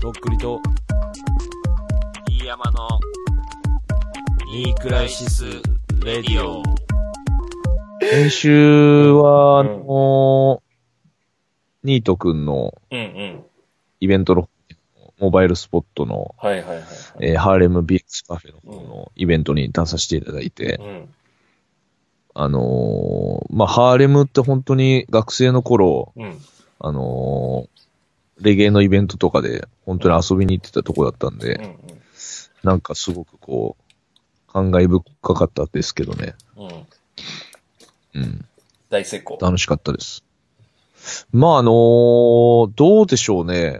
とっくりと、 飯山のニークライシス・レディオ。先週は、ニートくんのイベントの、モバイルスポットの、 はいはいはいはい、 ハーレム BX カフェの方のイベントに出させていただいて、まあ、ハーレムって本当に学生の頃、レゲエのイベントとかで本当に遊びに行ってたとこだったんで、なんかすごくこう、感慨深かったですけどね。 大成功。 楽しかったです。まあどうでしょうね。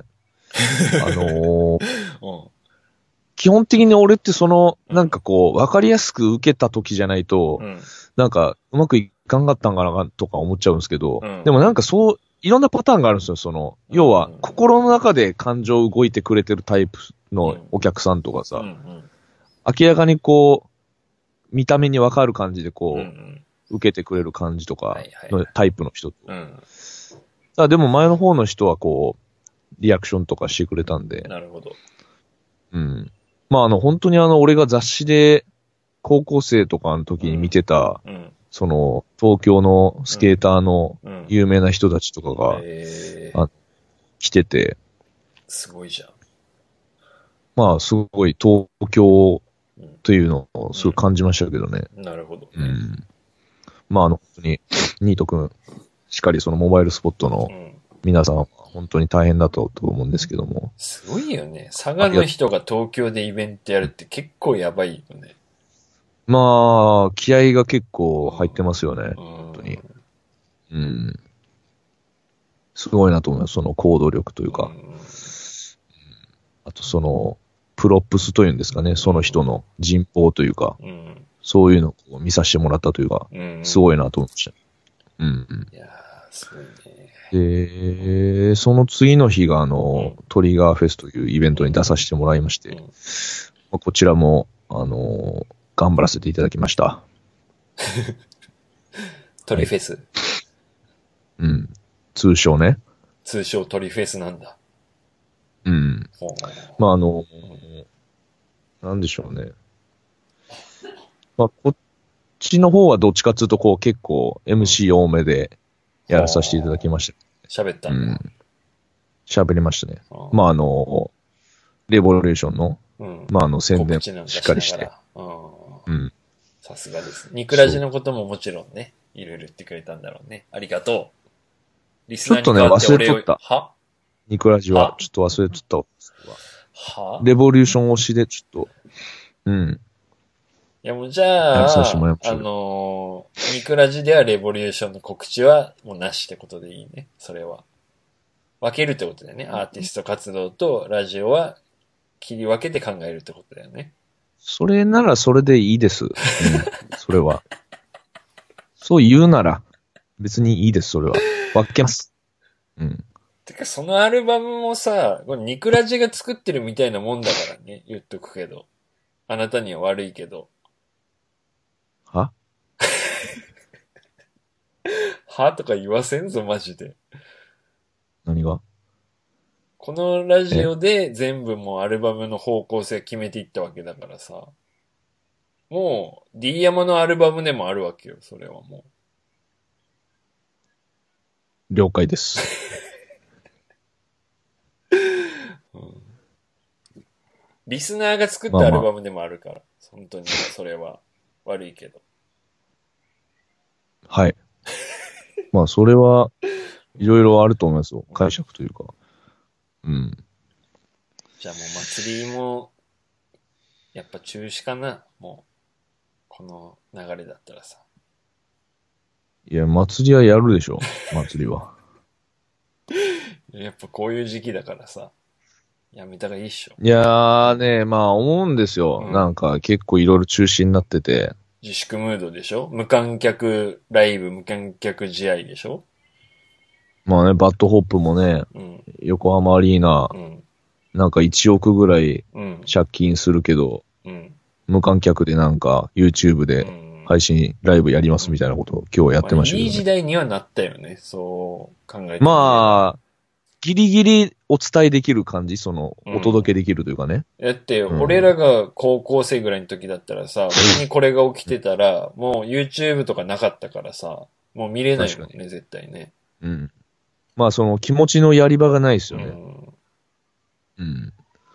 基本的に俺ってなんかこう、わかりやすく受けた時じゃないと、なんか、うまくいかんかったんかなとか思っちゃうんですけど、でもなんかいろんなパターンがあるんですよ、要は、心の中で感情動いてくれてるタイプのお客さんとかさ、明らかにこう、見た目にわかる感じでこう、受けてくれる感じとかのタイプの人と。でも前の方の人はこう、リアクションとかしてくれたんで。 なるほど。 まあ本当に俺が雑誌で高校生とかの時に見てた、東京のスケーターの有名な人たちとかが、来てて。 すごいじゃん。 まあすごい東京というのをすごい感じましたけどね。 なるほど。 まあ本当に、ニートくん、しっかりそのモバイルスポットの皆さんは本当に大変だと思うんですけども。 すごいよね。佐賀の人が東京でイベントやるって結構やばいよね。 まあ、気合が結構入ってますよね。本当に。すごいなと思います。その行動力というか。あとプロップスというんですかね。その人の人望というか。そういうのを見させてもらったというか。すごいなと思いました。 いやー、すごいね。 で、その次の日がトリガーフェスというイベントに出させてもらいまして、こちらも、頑張らせていただきました。 トリフェス、 通称ね。 通称トリフェスなんだ。 まあなんでしょうね。まあ、こっちの方はどっちかっていうと、こう結構 MC 多めでやらさせていただきました。 喋ったんだ。 喋りましたね。まあレボリューションの、まあ宣伝しっかりして。 さすがです。ニクラジのことももちろんね、いろいろ言ってくれたんだろうね。ありがとう。リスナーに代わってお礼を。 ちょっとね、忘れとった。は？ニクラジは、ちょっと忘れとった。 は？ レボリューション推しで、ちょっと、 いやもうじゃあ、ニクラジではレボリューションの告知はもうなしってことでいいね。それは。分けるってことだよね。アーティスト活動とラジオは切り分けて考えるってことだよね。 それならそれでいいです。それは。そう言うなら、別にいいです、それは。分けます。 てか、そのアルバムもさ、これニクラジが作ってるみたいなもんだからね、言っとくけど。あなたには悪いけど。 ははとか言わせんぞ、マジで。 何が？ このラジオで全部もうアルバムの方向性決めていったわけだからさ。もう、D 山のアルバムでもあるわけよ、それはもう。了解です。 リスナーが作ったアルバムでもあるから。本当に、それは悪いけど。 はい。まあ、それは、いろいろあると思いますよ。解釈というか。 じゃあもう祭りも、やっぱ中止かな、もう。この流れだったらさ。 いや、祭りはやるでしょ。祭りは。 やっぱこういう時期だからさ。やめたがいいっしょ。 いやーね、まあ思うんですよ。なんか結構いろいろ中止になってて。 自粛ムードでしょ？無観客ライブ、無観客試合でしょ？ まあね、バッドホップもね、横浜アリーナ、なんか1億ぐらい借金するけど、無観客でなんか YouTube で配信ライブやりますみたいなことを今日やってましたけど、ね。 いい時代にはなったよね、そう考えて。 まあ、ギリギリお伝えできる感じ、お届けできるというかね。 だって、俺らが高校生ぐらいの時だったらさ、別にこれが起きてたら、もう YouTube とかなかったからさ、もう見れないもんね、絶対ね。 うん。まあ気持ちのやり場がないですよね。うん。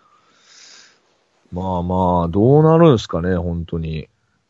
まあまあ、どうなるんすかね、本当に。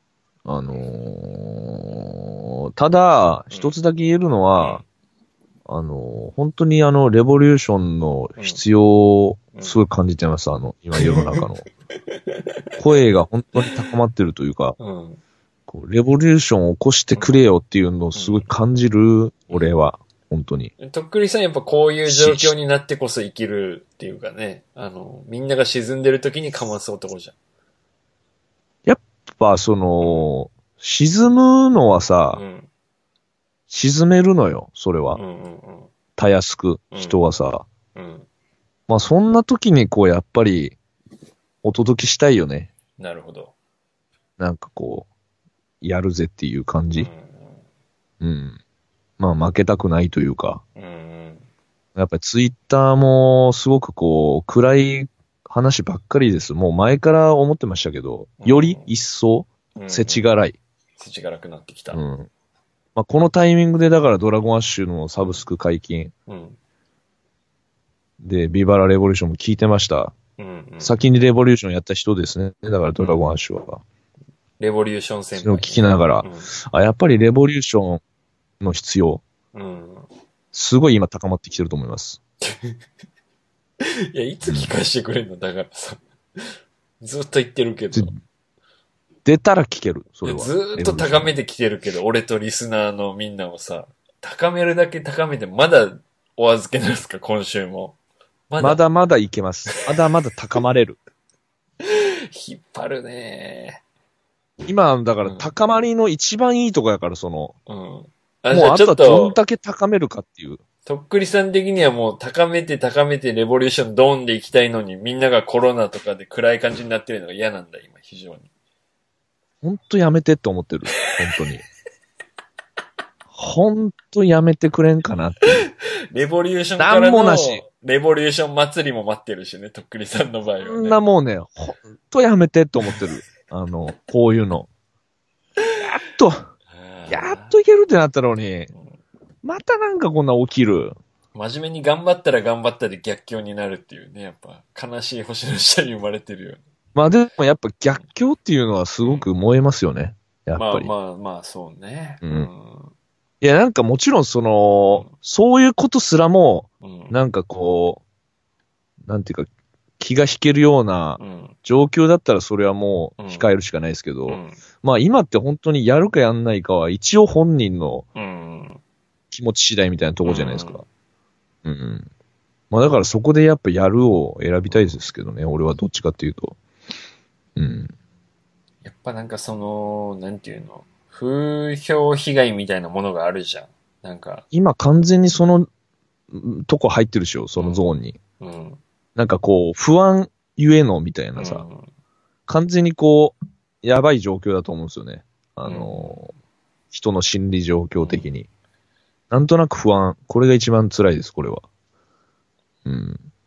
ただ、一つだけ言えるのは、本当にレボリューションの必要をすごい感じてます、今世の中の。声が本当に高まってるというか、レボリューションを起こしてくれよっていうのをすごい感じる、俺は、本当に。 とっくりさんやっぱこういう状況になってこそ生きるっていうかね、みんなが沈んでる時にかます男じゃん。 やっぱ沈むのはさ、沈めるのよ、それは。たやすく、人はさ。まあそんな時にやっぱり、お届けしたいよね。 なるほど。 なんかやるぜっていう感じ。まあ負けたくないというか。やっぱりツイッターもすごく暗い話ばっかりです。もう前から思ってましたけど、より一層、世知辛い。 世知辛くなってきた。 まあこのタイミングでだからドラゴンアッシュのサブスク解禁。で、ビバラレボリューションも聞いてました。先にレボリューションやった人ですね。だからドラゴンアッシュは。 レボリューション戦それを聞きながら、やっぱりレボリューションの必要。すごい今高まってきてると思います。 いや、いつ聞かしてくれんのだからさ。ずっと言ってるけど。 出たら聞ける、それは。 ずっと高めてきてるけど、俺とリスナーのみんなをさ、高めるだけ高めて、まだお預けなんですか、今週も。 まだまだいけます。まだまだ高まれる。 引っ張るね今、だから高まりの一番いいとこやから、もうあとはどんだけ高めるかっていう。 とっくりさん的にはもう高めてレボリューションドーンでいきたいのに、みんながコロナとかで暗い感じになってるのが嫌なんだ、今、非常に。 ほんとやめてって思ってる。本当に。ほんとやめてくれんかなって。 レボリューションからの、なんもなし。レボリューション祭りも待ってるしね、とっくりさんの場合は、ね。 そんなもうね、ほんとやめてって思ってる。こういうの。やっといけるってなったのに、またなんかこんな起きる。 真面目に頑張ったら頑張ったで逆境になるっていうね、やっぱ悲しい星の下に生まれてるよね。 まあでもやっぱ逆境っていうのはすごく燃えますよね。やっぱり。 まあ、そうね。 いやなんかもちろんそういうことすらも、なんかなんていうか、気が引けるような状況だったらそれはもう控えるしかないですけど、まあ今って本当にやるかやんないかは一応本人の気持ち次第みたいなとこじゃないですか。まあだからそこでやっぱやるを選びたいですけどね、俺はどっちかっていうと。 やっぱなんかなんていうの、風評被害みたいなものがあるじゃん。なんか。 今完全にとこ入ってるでしょ、そのゾーンに。なんか不安ゆえのみたいなさ、完全にやばい状況だと思うんですよね。人の心理状況的に。なんとなく不安。これが一番辛いです、これは。いや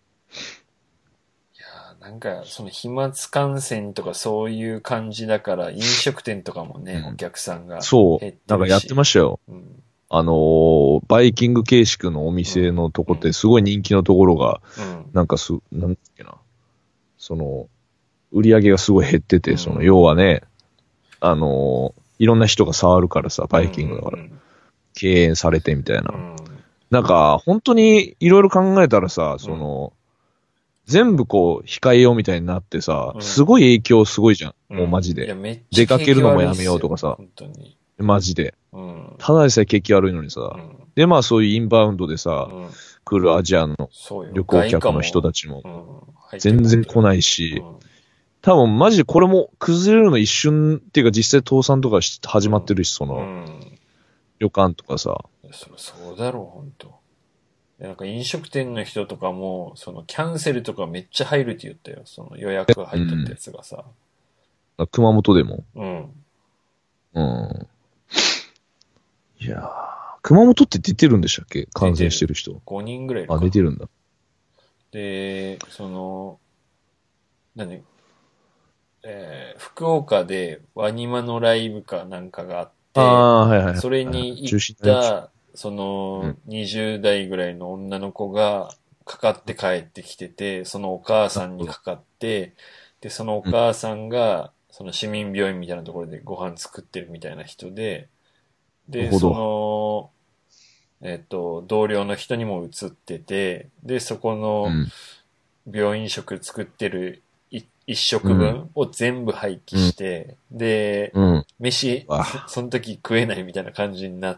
なんか、飛沫感染とかそういう感じだから、飲食店とかもね、お客さんが。 そう。なんかやってましたよ。バイキング形式のお店のとこってすごい人気のところが、なんかなんだっけな。売り上げがすごい減ってて、要はね、いろんな人が触るからさ、バイキングだから。敬遠されてみたいな。なんか、本当にいろいろ考えたらさ、全部控えようみたいになってさ、すごい影響すごいじゃん。もうマジで。出かけるのもやめようとかさ。マジで。ただでさえ景気悪いのにさ。で、まあそういうインバウンドでさ、来るアジアの旅行客の人たちも、全然来ないし、多分マジでこれも崩れるの一瞬っていうか実際倒産とか始まってるし、旅館とかさ。 そうだろう、ほんと。なんか飲食店の人とかも、キャンセルとかめっちゃ入るって言ったよ。予約が入ったってやつがさ。 熊本でも。いやー、熊本って出てるんでしたっけ？感染してる人。 5人ぐらいいるか。 出てるんだ。 で、福岡でワニマのライブかなんかがあって、 はいはいはい。 それに行っ中心になりました。 た、20代ぐらいの女の子がかかって帰ってきてて、そのお母さんにかかって、で、そのお母さんが、その市民病院みたいなところでご飯作ってるみたいな人で、で、 なるほど。 同僚の人にも移ってて、で、そこのうん。 病院食作ってる一食うん。 分を全部廃棄うん。 して、で、 うん。 飯、 わ。 その時食えないみたいな感じになって、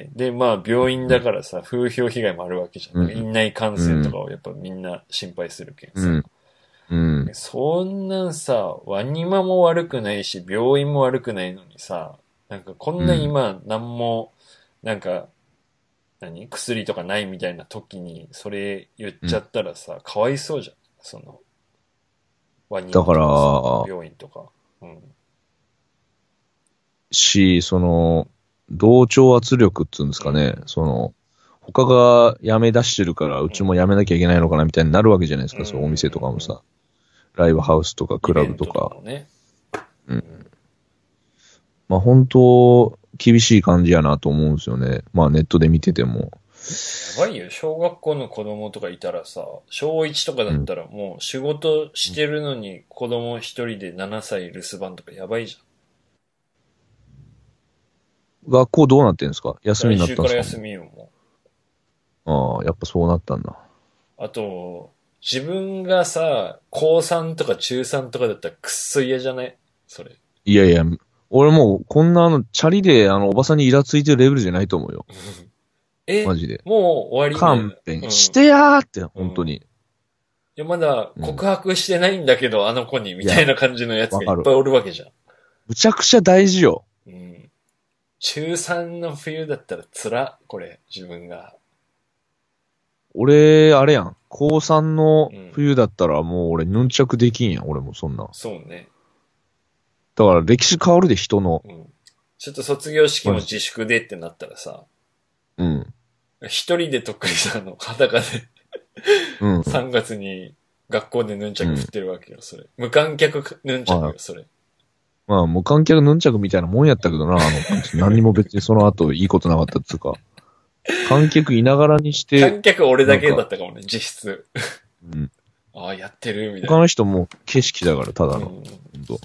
で、まあ病院うん。 だからさ、風評被害もあるわけじゃん。なんかうん。 院内感う染とかん。 をやっぱみんな心配するけんさ。 うん。うん。 そんなんさ、ワニマも悪くないし、病院も悪くないのにさ、なんかこんなうん。 今、なんも、なんか、薬とかないみたいな時に、それ言っちゃうん。 ったらさ、かわいそうじゃん。ワニマだかとかさ、 ら、 病院とか。うん。 同調圧力っていうんですかね。 うん。 他が辞め出してるから、ううん。 ちも辞めなきゃいけないのかなみたいになるわけじゃないですうん。うか。そう、お店とかもん。うん。 さ。ライブハウスとかクライベントとかブとか。 もね。 うん。 うん。 まあ本当、厳しい感じやなと思うんですよね。まあネットで見てても。 やばいよ。小学校の子供とかいたらさ、小1とかだうん。 ったらもう仕事してるのに子供一人で7歳留守番とかやばいじゃん。 学校どうなってんですか？休みになっ来週からたんですか？も休みよ、もう。ああ、やっぱそうなったんだ。 う。あと、自分がさ、高3とか中3とかだったらくっそ嫌じゃないそれ。 いやいや、俺もうこんなチャリでおばさんにイラついてるレベルじゃないと思うよ。マジで。 もう終わりみたいな。 勘弁うん。 してやーって、 うん。い本当に。 や、まだうん。 告白してないんだけど、あの子に、みいや、 たいな感じのやつわかる。 がいっぱいおるわけじゃん。 むちゃくちゃ大事よ。 うん。中3の冬だったらこれ、自分が。 俺、あれやん。高3のうん。 冬だったらもう俺ヌンチャクできんやん。俺もそんな。 そうね。 だから歴史変わるで人の。 うん。ちょっと卒業式もマジで。 自粛でってなったらさ、 うん。 一人でとっくにさ、裸でうん。 3月に学校でヌンチャク振っうん。 てるわけよ、それ。無観客ヌンチャクよ、 まあ、 それ。 まあ、無観客ヌンチャクみたいなもんやったけどな、何にも別にその後いいことなかったっつうか。観客いながらにして、 観客俺だけだなんか、 ったかもね、実質。 うん。 ああ、やってるみたいな。 他の人も景色だから、ただの。 うん。 ほんと。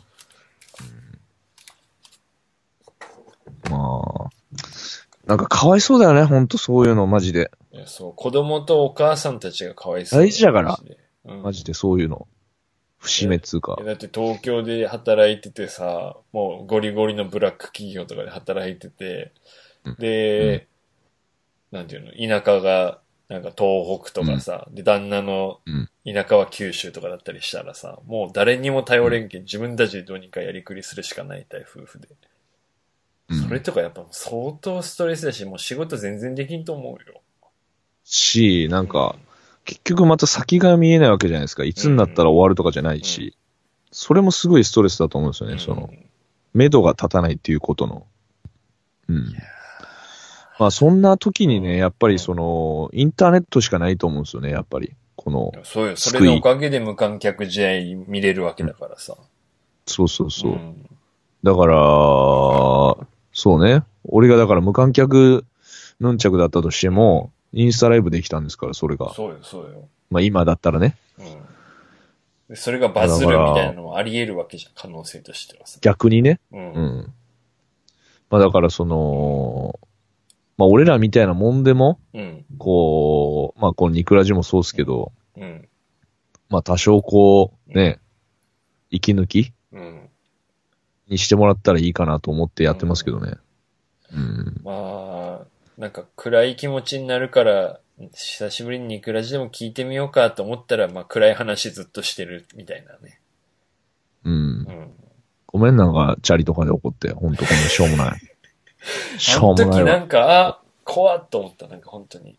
まあ、なんかかわいそうだよね、ほんとそういうの、マジで。 いや、そう、子供とお母さんたちがかわいそう大だよ、 事だから、 マジで。うん。 マジでそういうの。節目っつうか。 だって東京で働いててさ、もうゴリゴリのブラック企業とかで働いてて、 うん。うん。 で、なんていうの、田舎が、なんか東北とうん。 かさ、で、旦那のうん。 田舎は九州とかだったりしたらさ、もう誰にも頼うん。 れんけん、自分たちでどうにかやりくりするしかないたい夫婦で。それうん。 とかやっぱ相当ストレスだし、もう仕事全然できんと思うよ。 なんうん。 か、結局また先が見えないわけじゃないですか。いうつになったら終ん。 わるとかじゃないうん。 し。それもすごいストレスだと思うんですよね。 うん。 目処が立たないっていうことの。ういやん。まあそんな時にね、やっぱりーうん。 インターネットしかないと思うんですよね、やっぱり。この、 そうよ。それ救い。 のおかげで無観客試合見れるわけうん。 だからさ。 そうそうそう。 うん。 だから、そうね。俺がだから無観客ヌンチャクだったとしてうん。 も、インスタライブできたんですから、それが。 そうよ、そうよ。 まあ今だったらね。 うん。でそれがまあだかバズるみたいなら、 のもあり得るわけじゃん、可能性としてはさ。 逆にね。 うん。 うん。まあだからうん。 まあ俺らみたいなもんでも、 うん。 まあこのニクラジもそうですうん。 けど、 うん。 まあ多少うん。 ね、息抜きうん。 にしてもらったらいいかなと思ってうやってますけどん。 ね。うん。 まあ、なんか暗い気持ちになるから、久しぶりにニクラジでも聞いてみようかと思ったら、まあ暗い話ずっとしてるみたいなね。 うん。 うん。 ごめんなんか、チャリとかで怒って。ほんとごめん、しょうもない。しあのょうもないわ。 時なんか、怖っと思った。なんか本当に。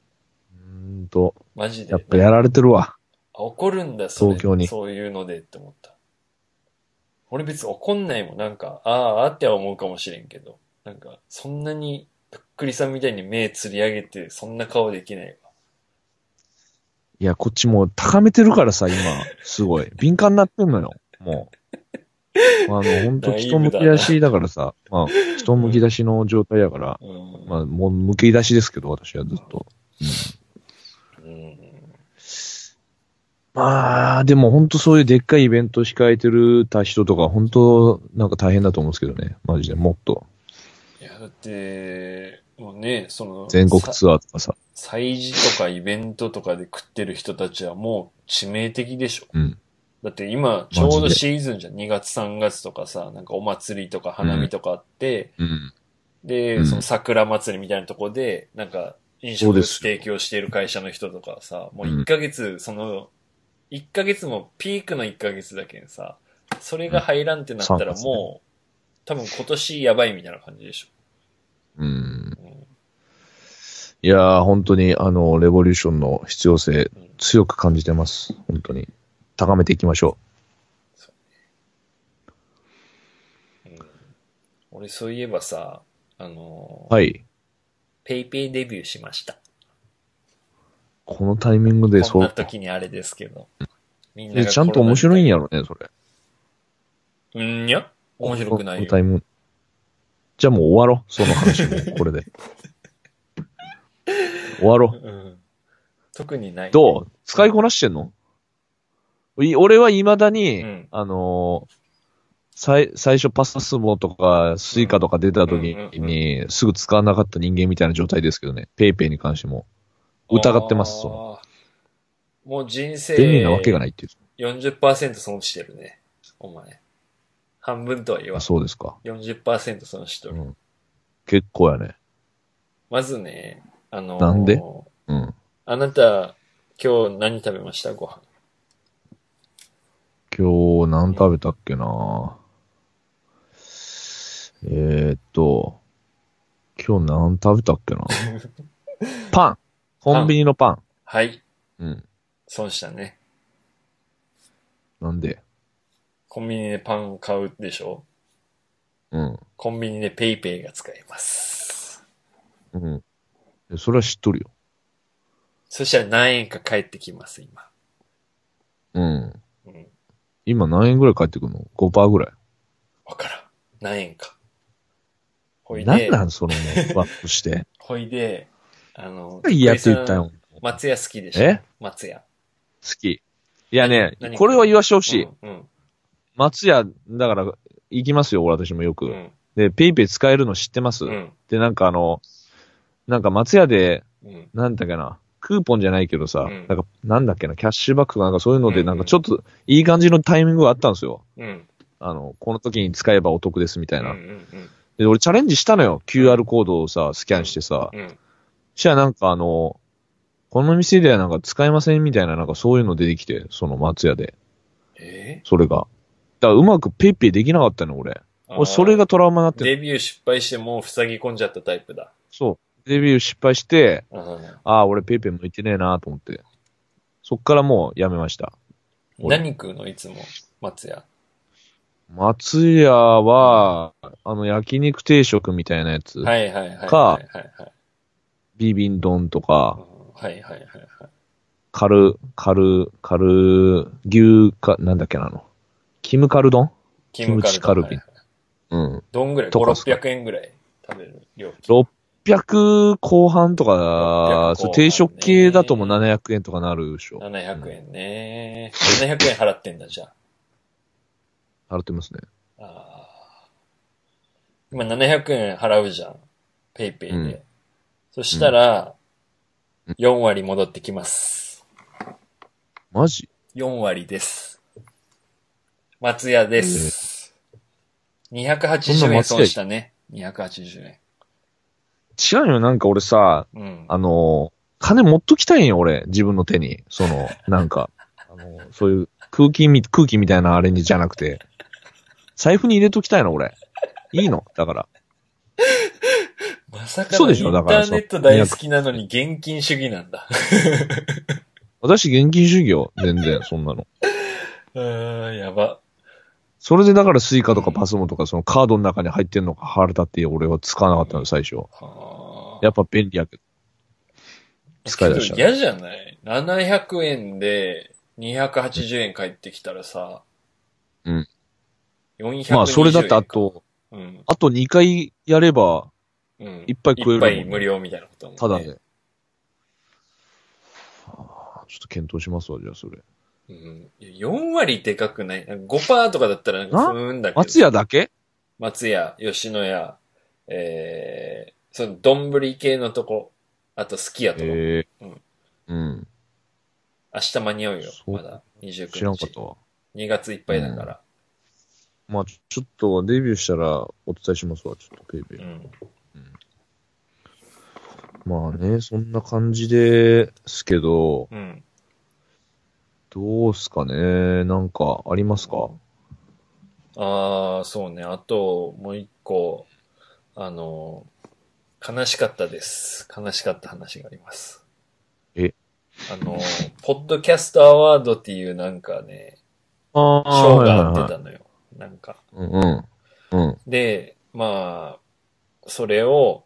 マジで。 やっぱやられてるわ。 怒るんだ、 東京に。 そういうのでって思った。俺別に怒んないもん。なんか、っては思うかもしれんけど。なんか、そんなに、とっくりさんみたいに目つり上げて、そんな顔できないわ。 いや、こっちもう高めてるからさ、今。すごい。敏感になってんのよ。もう。ほんと人むき出しだからさ。まあ、人むき出しの状態だから。まあ、もうむき出しですけど、私はずっと。まあ、でも本当そういうでっかいイベント控えてる人とか、本当なんか大変だと思うんですけどね。マジでもっと。 いや、だって、もうね、 全国ツアーとかさ。 催事とかイベントとかで食ってる人たちはもう致命的でしょ。だって今、ちょうどシーズンじゃん。2月3月とかさ、なんかお祭りとか花見とかあって、で、その桜祭りみたいなとこで、なんか飲食提供している会社の人とかさ、もう1ヶ月、1ヶ月もピークの1ヶ月だけんさ、それが入らんってなったらもう、多分今年やばいみたいな感じでしょ。 いやー、本当にレボリューションの必要性、強く感じてます。本当に。高めていきましょう。俺そういえばさ、 はい。 ペイペイデビューしました。 このタイミングでこんな時にあれですけど。 みんながちゃんと面白いんやろね、それ。 いや、面白くないよ。このタイミング。じゃあもう終わろう、その話も、これで。終わろう。 特にない、ね。 どう使いこなしてんの？俺は未だに、最初パスモとかスイカとか出た時にすぐ使わなかった人間みたいな状態ですけどね。ペイペイに関しても。疑ってます、 もう人生。 便利なわけがないっていう。 40% 損してるね。お前。半分とは言わん。 そうですか。 40% 損しとる。 結構やね。 まずね、 なんで？ あなた、今日何食べました？ご飯。 今日何食べたっけな、今日何食べたっけなパン。コンビニのパン。 はい。損したね。 なんで？ コンビニでパン買うでしょ？コンビニでペイペイが使えます。 それは知っとるよ。 そしたら何円か返ってきます、今。 今何円ぐらい返ってくるの？ 5% ぐらい。 わからん。何円か。 ほいで。なんなんそのワップして。 ほいで、 いやって言ったよ。 松屋好きでしょ？松屋。 好き。いやね、これは言わしてほしい。松屋、だから、行きますよ、私もよく。で、ペイペイ使えるの知ってます？で、なんかなんか松屋で、なんだっけな、クーポンじゃないけどさ、なんだっけな、キャッシュバックとかなんかそういうので、なんかちょっといい感じのタイミングがあったんですよ。この時に使えばお得ですみたいな。で、俺チャレンジしたのよ。QR コードをさ、スキャンしてさ。じゃあなんかこの店ではなんか使えませんみたいな、なんかそういうの出てきて、その松屋で。それが。だからうまくペイペイできなかったの、俺。俺、それがトラウマになってデビュー失敗してもう塞ぎ込んじゃったタイプだ。 そう。デビュー失敗して、俺ペイペイ向いてねえなと思って。そっからもうやめました。 何食うのいつも、松屋。 松屋は、焼肉定食みたいなやつ。か、ビビン丼とか、牛か、なんだっけなキムカル丼？キムチカルビ。 どんぐらい ?5、600円ぐらい食べる料金。 600後半とか、定食系だとも700円とかなるでしょ。 700円ね。700円払ってんだ、じゃあ。払ってますね。 今700円払うじゃん。ペイペイで。そしたら、4割戻ってきます。 マジ？ 4 割です。松屋です。280円損したね。280円。 違うよ、なんか俺さ、金持っときたいんよ、俺。自分の手に。なんか、そういう空気みたいなあれにじゃなくて、財布に入れときたいの、俺。いいのだから。 まさかのインターネット大好きなのに現金主義なんだ。 私現金主義よ、全然、そんなの。 やば。 それでだからスイカとかパスモとかそのカードの中に入ってんのか腹立って俺は使わなかったの、最初。やっぱ便利やけど。 使い出したら。 嫌じゃない ?700 円で280円返ってきたらさ、 うん。 420円。 まあ、それだってあと、あと2回やれば、いっぱい食えるもんね。 いっぱい無料みたいなこともんね。 ただで。ちょっと検討しますわ、じゃあそれ。 4割でかくない ?5% とかだったらなんか不運だけど。 松屋だけ？ 松屋、吉野家、その、丼系のとこ、あとすき家とか。 うん。 明日間に合うよ、まだ。29日。 知らんかったわ。 2月いっぱいだから。 まあ、ちょっとデビューしたらお伝えしますわ、ちょっとペイペイ。まあね、そんな感じですけど、どうすかね、なんかありますか？ そうね。あと、もう一個、悲しかったです。悲しかった話があります。ポッドキャストアワードっていうなんかね、賞が出たのよ。なんか。で、まあ、それを、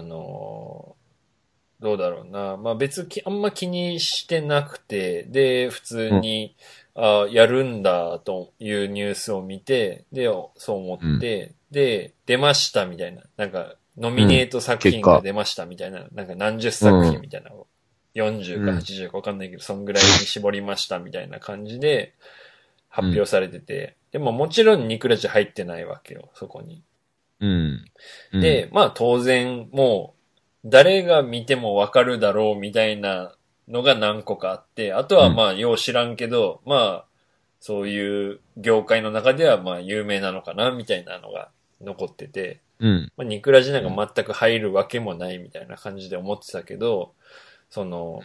どうだろうな。まあ別あんま気にしてなくて、で、普通に、やるんだというニュースを見て、で、そう思って、で、出ましたみたいな。なんか、ノミネート作品が出ましたみたいな。なんか何十作品みたいな。40か80かわかんないけど、そんぐらいに絞りましたみたいな感じで発表されてて。でももちろんニクラジ入ってないわけよ、そこに。で、まあ当然もう誰が見てもわかるだろうみたいなのが何個かあって、あとはまあよう知らんけど、まあそういう業界の中ではまあ有名なのかなみたいなのが残ってて、まあニクラジなんか全く入るわけもないみたいな感じで思ってたけど、その、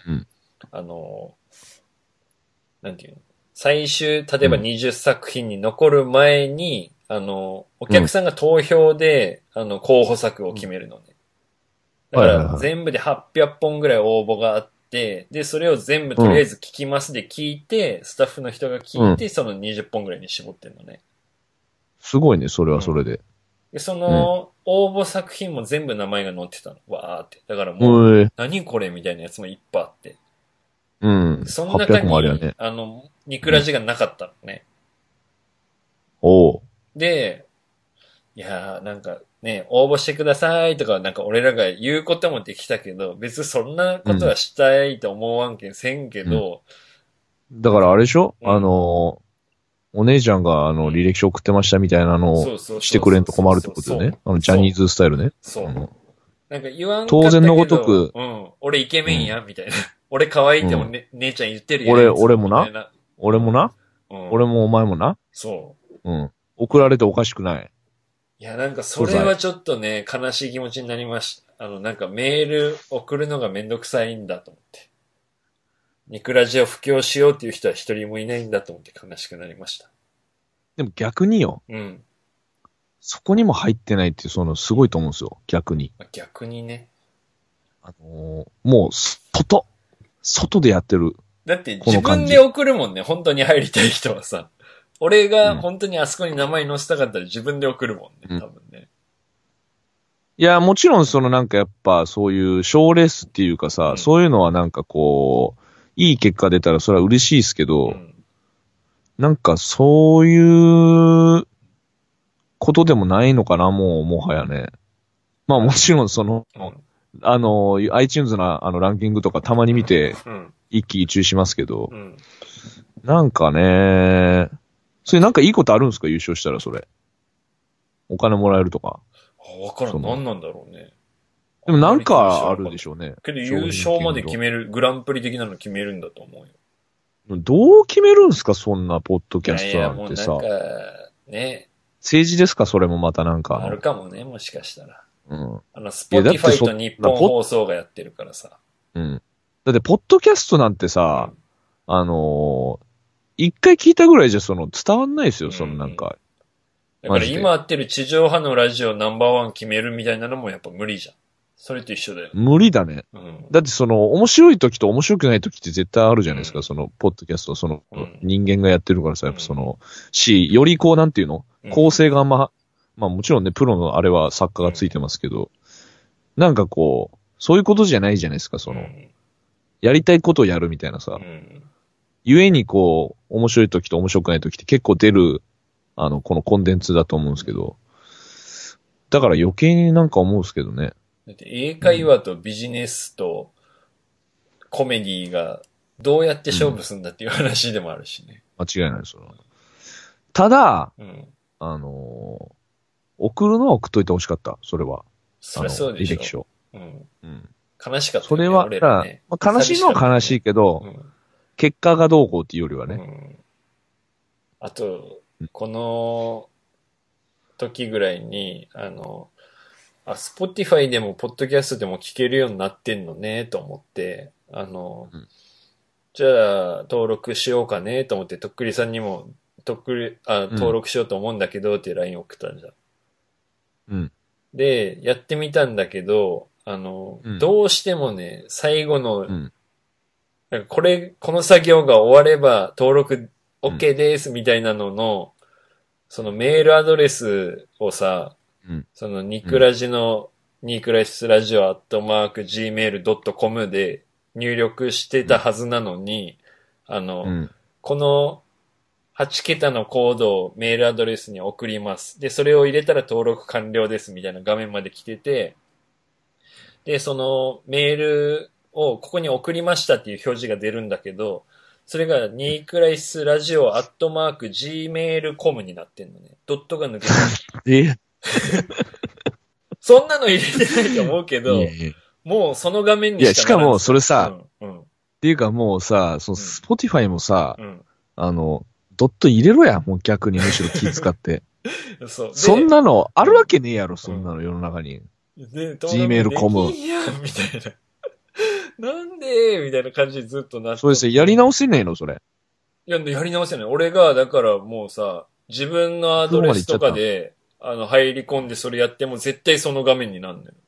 なんていうの最終、例えば20作品に残る前に、お客さんが投票で、候補作を決めるのね。だから、全部で800本ぐらい応募があって、で、それを全部とりあえず聞きますで聞いて、スタッフの人が聞いて、その20本ぐらいに絞ってんのね。 すごいね、それはそれで。 で、その、応募作品も全部名前が載ってたの。わーって。だからもう、何これみたいなやつもいっぱいあって。その中に、ニクラジがなかったのね。で、いやーなんかね、応募してくださいとか、なんか俺らが言うこともできたけど、別にそんなことはしたいと思わんけんせんけど。 だからあれでしょ？お姉ちゃんが履歴書送ってましたみたいなのをしてくれんと困るってことよね。ジャニーズスタイルね。 そう。なんか言わんかったけど、当然のごとく、 俺イケメンや、みたいな。俺可愛いって姉ちゃん言ってるやん。俺もな。俺もお前もな。 そう。 送られておかしくない。 いや、なんかそれはちょっとね、悲しい気持ちになりました。なんかメール送るのがめんどくさいんだと思って。ニクラジを布教しようっていう人は一人もいないんだと思って悲しくなりました。 でも逆によ。そこにも入ってないっていう、すごいと思うんですよ。逆に。 逆にね。 もう、外でやってる。 だって自分で送るもんね、本当に入りたい人はさ。俺が本当にあそこに名前載せたかったら自分で送るもんね、多分ね。いや、もちろんなんかやっぱそういう賞レースっていうかさ、そういうのはなんかこう、いい結果出たらそれは嬉しいですけど、なんかそういうことでもないのかな、もはやね。まあもちろんiTunes のランキングとかたまに見て、一喜一憂しますけど、なんかね、それなんかいいことあるんですか？優勝したらそれ。お金もらえるとか。 わからん。何なんだろうね。 でもなんかあるでしょうね。 けど優勝まで決める、グランプリ的なの決めるんだと思うよ。 どう決めるんすか？そんなポッドキャストなんてさ。 いやもうなんか、ね。 政治ですか？それもまたなんか。 あるかもね、もしかしたら。スポティファイと日本放送がやってるからさ。 だって、ポッドキャストなんてさ、一回聞いたぐらいじゃ伝わんないですよ、なんか。 だから今やってる地上波のラジオナンバーワン決めるみたいなのもやっぱ無理じゃん。それと一緒だよ。 無理だね。だって面白い時と面白くない時って絶対あるじゃないですか、ポッドキャスト、人間がやってるからさ、やっぱよりこうなんていうの構成がまあもちろんね、プロのあれは作家がついてますけど、なんかこう、そういうことじゃないじゃないですか、 やりたいことをやるみたいなさ。ゆえにこう、面白い時と面白くない時って結構出る、このコンテンツだと思うんですけど。だから余計になんか思うんですけどね。 だって英会話とビジネスとコメディがどうやって勝負するんだっていう話でもあるしね。 間違いないですよ。ただ、送るのは送っといてほしかった。それは。 そりゃそうでしょ。 履歴書。 悲しかったよね。 それは、ね、悲しいのは悲しいけど、結果がどうこうっていうよりはね。 あと、この時ぐらいに、Spotify でも、ポッドキャストでも聞けるようになってんのね、と思って、じゃあ、登録しようかね、と思って、とっくりさんにも、登録しようと思うんだけど、って LINE 送ったんじゃん。で、やってみたんだけど、どうしてもね、最後の、なんかこの作業が終われば登録 OK ですみたいなのの、そのメールアドレスをさ、そのニクラジの、ニクラシスラジオアットマーク gmail.com で入力してたはずなのに、この8桁のコードをメールアドレスに送ります。で、それを入れたら登録完了ですみたいな画面まで来てて、で、そのメールをここに送りましたっていう表示が出るんだけど、それがニークライスラジオアットマーク gmail.com になってんのね。ドットが抜けてる。そんなの入れてないと思うけど、もうその画面にしかならない。 いや、しかもそれさ、っていうかもうさ、その Spotify もさ、ドット入れろや、もう逆にむしろ気使って。そんなのあるわけねえやろ、そんなの世の中に。gmail.com。 いや、みたいな。なんでみたいな感じでずっとなって。 そうですよ、やり直せねえの、それ。 いや、やり直せない。俺が、だからもうさ、自分のアドレスとかで、入り込んでそれやっても絶対その画面になるのよ。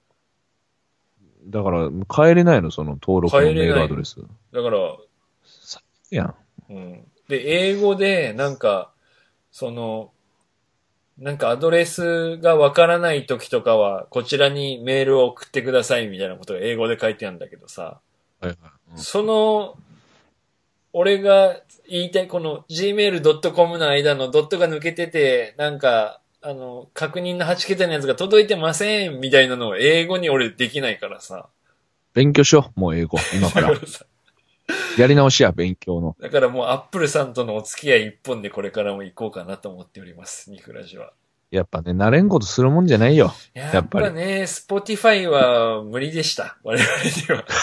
だから、変えれないの、その登録のメールアドレス。 だから、 いやん。で、英語で、なんかアドレスがわからない時とかは、こちらにメールを送ってくださいみたいなことが英語で書いてあるんだけどさ、俺が言いたい、この gmail.com の間のドットが抜けてて、なんか、確認の8桁のやつが届いてませんみたいなのを英語に俺できないからさ。 勉強しよう、もう英語、今から。やり直しや、勉強の。 だからもうアップルさんとのお付き合い一本でこれからも行こうかなと思っております、ニクラジは。 やっぱね、慣れんことするもんじゃないよ。やっぱり。 ね、Spotify は無理でした。我々では。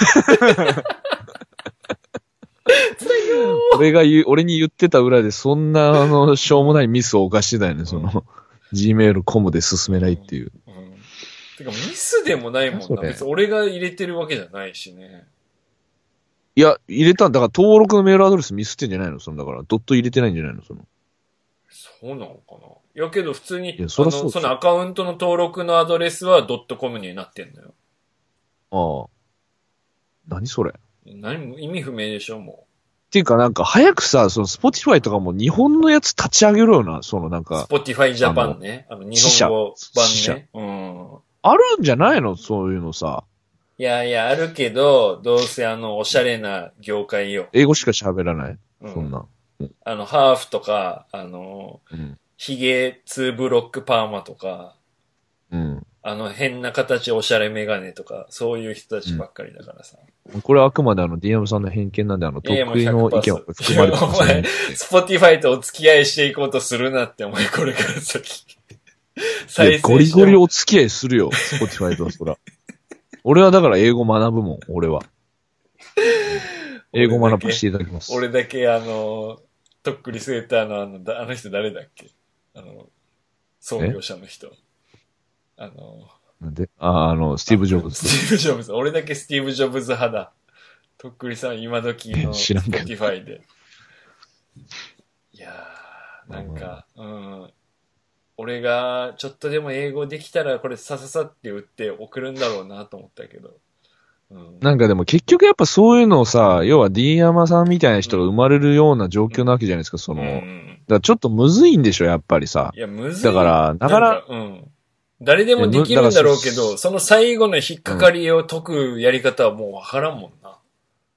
俺に言ってた裏でそんな、しょうもないミスを犯してたよね、Gmail.com で進めないっていう。 てかミスでもないもんな。別に俺が入れてるわけじゃないしね。 いや、入れたんだから登録のメールアドレスミスってんじゃないのだから、ドット入れてないんじゃないのそうなのかな。いやけど普通に、そのアカウントの登録のアドレスはドットコムになってんのよ。 ああ。何それ？ 意味不明でしょ、もう。 っていうかなんか早くさ、その Spotify とかも日本のやつ立ち上げろよな、なんか。 Spotify Japan ね。日本語版ね。 あるんじゃないのそういうのさ。 いやいや、あるけど、どうせおしゃれな業界よ。 英語しか喋らない。そんな。 ハーフとか、ヒゲ2ブロックパーマとか、変な形おしゃれメガネとか、そういう人たちばっかりだからさ。 これはあくまでDM さんの偏見なんで、得意の意見は含まれてますね。 お前、Spotify とお付き合いしていこうとするなって、お前これから先。 ゴリゴリお付き合いするよ、Spotify とはそら。俺はだから英語学ぶもん、俺は。英語学ばせていただきます。 俺だけとっくりスウェーターのあの人誰だっけ創業者の人。 なんでスティーブ・ジョブズ。 スティーブ・ジョブズ。俺だけスティーブ・ジョブズ派だ。とっくりさん今時の Spotify で。いやー、なんか、俺がちょっとでも英語できたらこれさって打って送るんだろうなと思ったけど。 なんかでも結局やっぱそういうのをさ、要は D 山さんみたいな人が生まれるような状況なわけじゃないですか、だからちょっとむずいんでしょ、やっぱりさ。 いや、むずい。 だから、 誰でもできるんだろうけど、その最後の引っかかりを解くやり方はもうわからんもんな。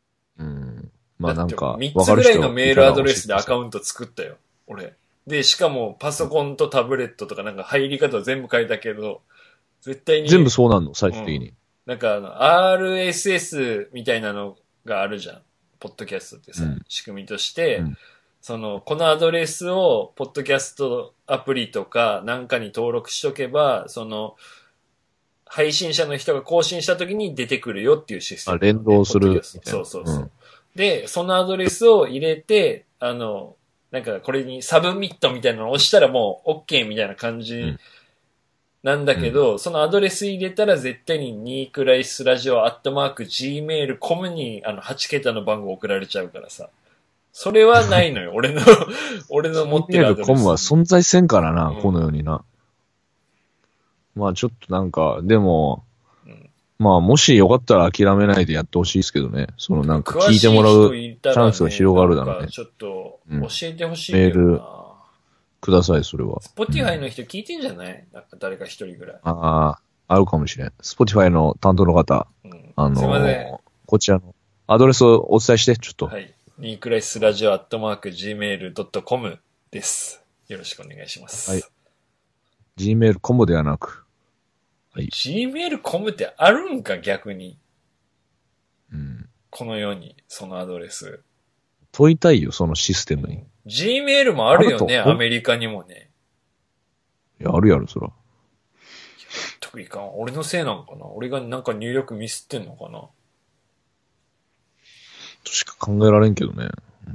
まあなんか、 3つぐらいのメールアドレスでアカウント作ったよ。俺。で、しかもパソコンとタブレットとかなんか入り方を全部変えたけど、絶対に。 全部そうなんの、最終的に。 なんかRSS みたいなのがあるじゃん。ポッドキャストってさ、仕組みとして、このアドレスを、ポッドキャストアプリとかなんかに登録しとけば、配信者の人が更新した時に出てくるよっていうシステム、 連動する。 そうそうそう。で、そのアドレスを入れて、なんかこれにサブミットみたいなのを押したらもう OK みたいな感じなんだけど、そのアドレス入れたら絶対にニークライスラジオ@gmail.com に8桁の番号送られちゃうからさ。それはないのよ。俺の持ってるアドレス。 gmail.com は存在せんからな、このようにな。まあちょっとなんか、でも、まあもしよかったら諦めないでやってほしいですけどね。なんか聞いてもらうチャンスが広がるだろうね。 ちょっと教えてほしいけどな。 メールください、それは。 Spotify の人聞いてんじゃない？なんか誰か一人ぐらい。 あるかもしれん。Spotify の担当の方。 すいません。 こちらのアドレスをお伝えして、ちょっと。 はい。ニークライスラジオ@gmail.com です。よろしくお願いします。はい。 gmail.com ではなく。 はい。gmail.com ってあるんか、逆に。この世に、そのアドレス。 問いたいよ、そのシステムに。 Gmail もあるよね、アメリカにもね。 いや、あるやろ、そら。 全くいかん。俺のせいなんかな？俺がなんか入力ミスってんのかな？ としか考えられんけどね。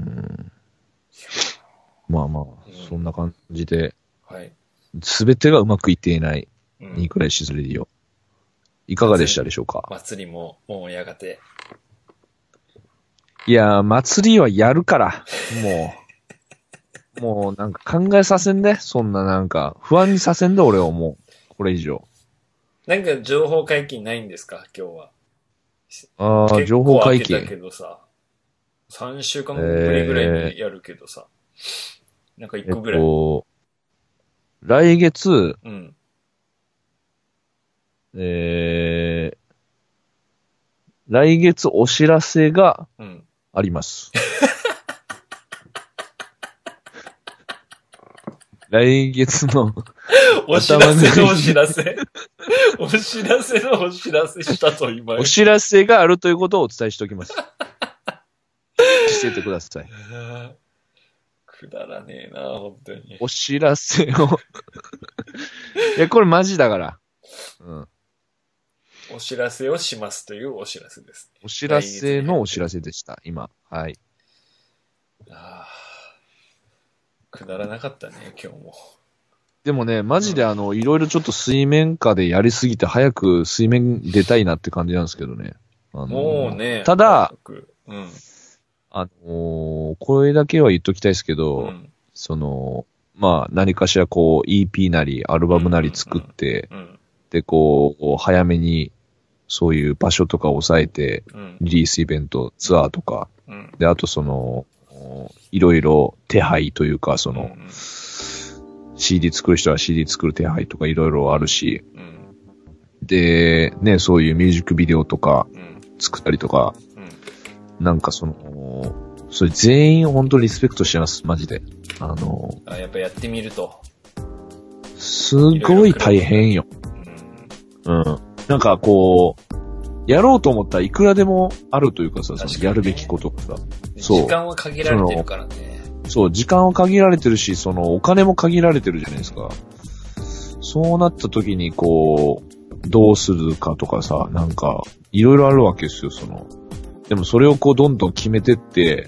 まあまあ、そんな感じで。はい。すべてがうまくいっていない。ニークライシスレディオ。いかがでしたでしょうか？ 祭りも、もうやがて。 いやー、祭りはやるから。もうなんか考えさせんで。そんななんか、不安にさせんで、俺をもう。これ以上。 なんか情報解禁ないんですか？今日は。情報解禁。 だけどさ、3週間ぶりぐらいにやるけどさ。なんか1個ぐらい。 来月、来月お知らせがあります。来月のお知らせのお知らせ。お知らせのお知らせしたと今。 お知らせがあるということをお伝えしておきます。教えてください。 くだらねえな、本当に。 お知らせを。いや、これマジだから。 お知らせをしますというお知らせです、ね。 お知らせのお知らせでした、今。はい。 くだらなかったね、今日も。 でもね、マジでいろいろちょっと水面下でやりすぎて早く水面出たいなって感じなんですけどね。 もうね。 ただ、これだけは言っときたいですけど、まあ、何かしらこう、EP なり、アルバムなり作って、で、こう、早めに、そういう場所とかを抑えて、リリースイベント、ツアーとか、で、あといろいろ手配というか、CD 作る人は CD 作る手配とかいろいろあるし、で、ね、そういうミュージックビデオとか作ったりとか、なんかそれ全員本当にリスペクトしてます、マジで。 やっぱやってみると。 すごい大変よ。なんかこう、やろうと思ったらいくらでもあるというかさ、やるべきことがさ。 そう。時間は限られてるからね。 そう、時間は限られてるし、お金も限られてるじゃないですか。そうなった時にこう、どうするかとかさ、なんか、いろいろあるわけですよ、でもそれをこうどんどん決めてって、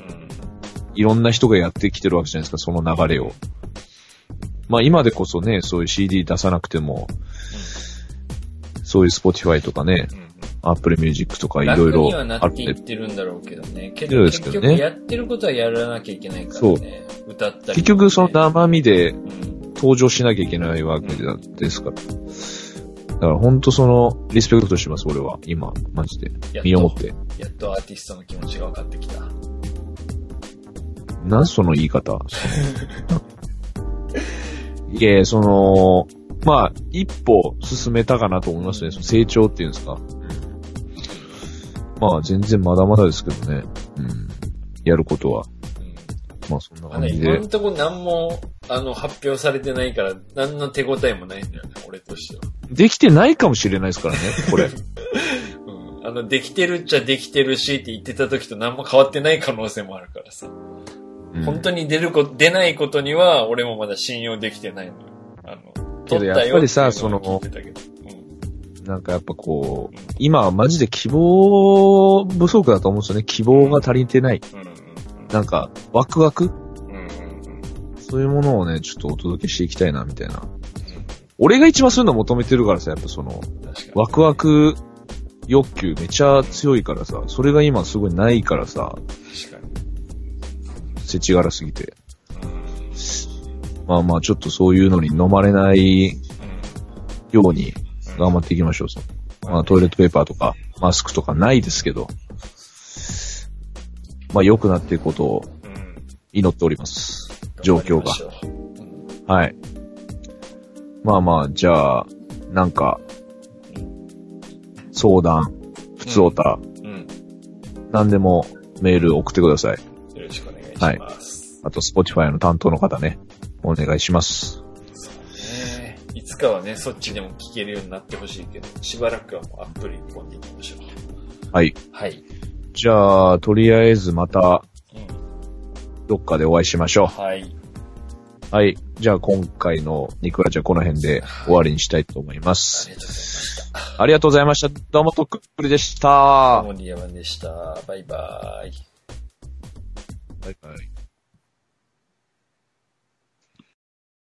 いろんな人がやってきてるわけじゃないですか、その流れを。まあ今でこそね、そういう CD 出さなくても、そういう Spotify とかね、Apple Music とかいろいろあって。楽にはなっていってるんだろうけどね。けど結局やってることはやらなきゃいけないからね。そう。歌ったり、ね。 結局生身で登場しなきゃいけないわけですから。だから本当リスペクトします、俺は。今、マジで。身をもって。 やっとアーティストの気持ちが分かってきた。 なんその言い方。いや、まあ、一歩進めたかなと思いますね。成長っていうんですか。まあ、全然まだまだですけどね。 やることは。まあそんな感じで。 今のところ何も、発表されてないから、何の手応えもないんだよね、俺としては。 できてないかもしれないですからね、これ。 できてるっちゃできてるしって言ってた時と何も変わってない可能性もあるからさ。本当に出ないことには、俺もまだ信用できてないのよ。 けどやっぱりさ、なんかやっぱこう、今はマジで希望不足だと思うんですよね。希望が足りてない。なんか、ワクワク、そういうものをね、ちょっとお届けしていきたいな、みたいな。俺が一番そういうの求めてるからさ、やっぱワクワク欲求めちゃ強いからさ、それが今すごいないからさ、世知辛すぎて。まあまあ、ちょっとそういうのに飲まれないように頑張っていきましょう。まあ、トイレットペーパーとか、マスクとかないですけど、まあ、良くなっていくことを祈っております。状況が。はい。まあまあ、じゃあ、なんか、相談、普通オタ、何でもメール送ってください。 よろしくお願いします。はい。 あと、Spotify の担当の方ね、お願いします。 そうね。いつかはね、そっちでも聞けるようになってほしいけど、しばらくはもうアップル一本でいきましょう。 はい。 はい。 じゃあ、とりあえずまた、どっかでお会いしましょう。 はい。 はい。じゃあ、今回のニクラジはこの辺で終わりにしたいと思います。ありがとうございました。どうも、とっくりでした。 どうも、リアマンでした。バイバイ。 バイバイ。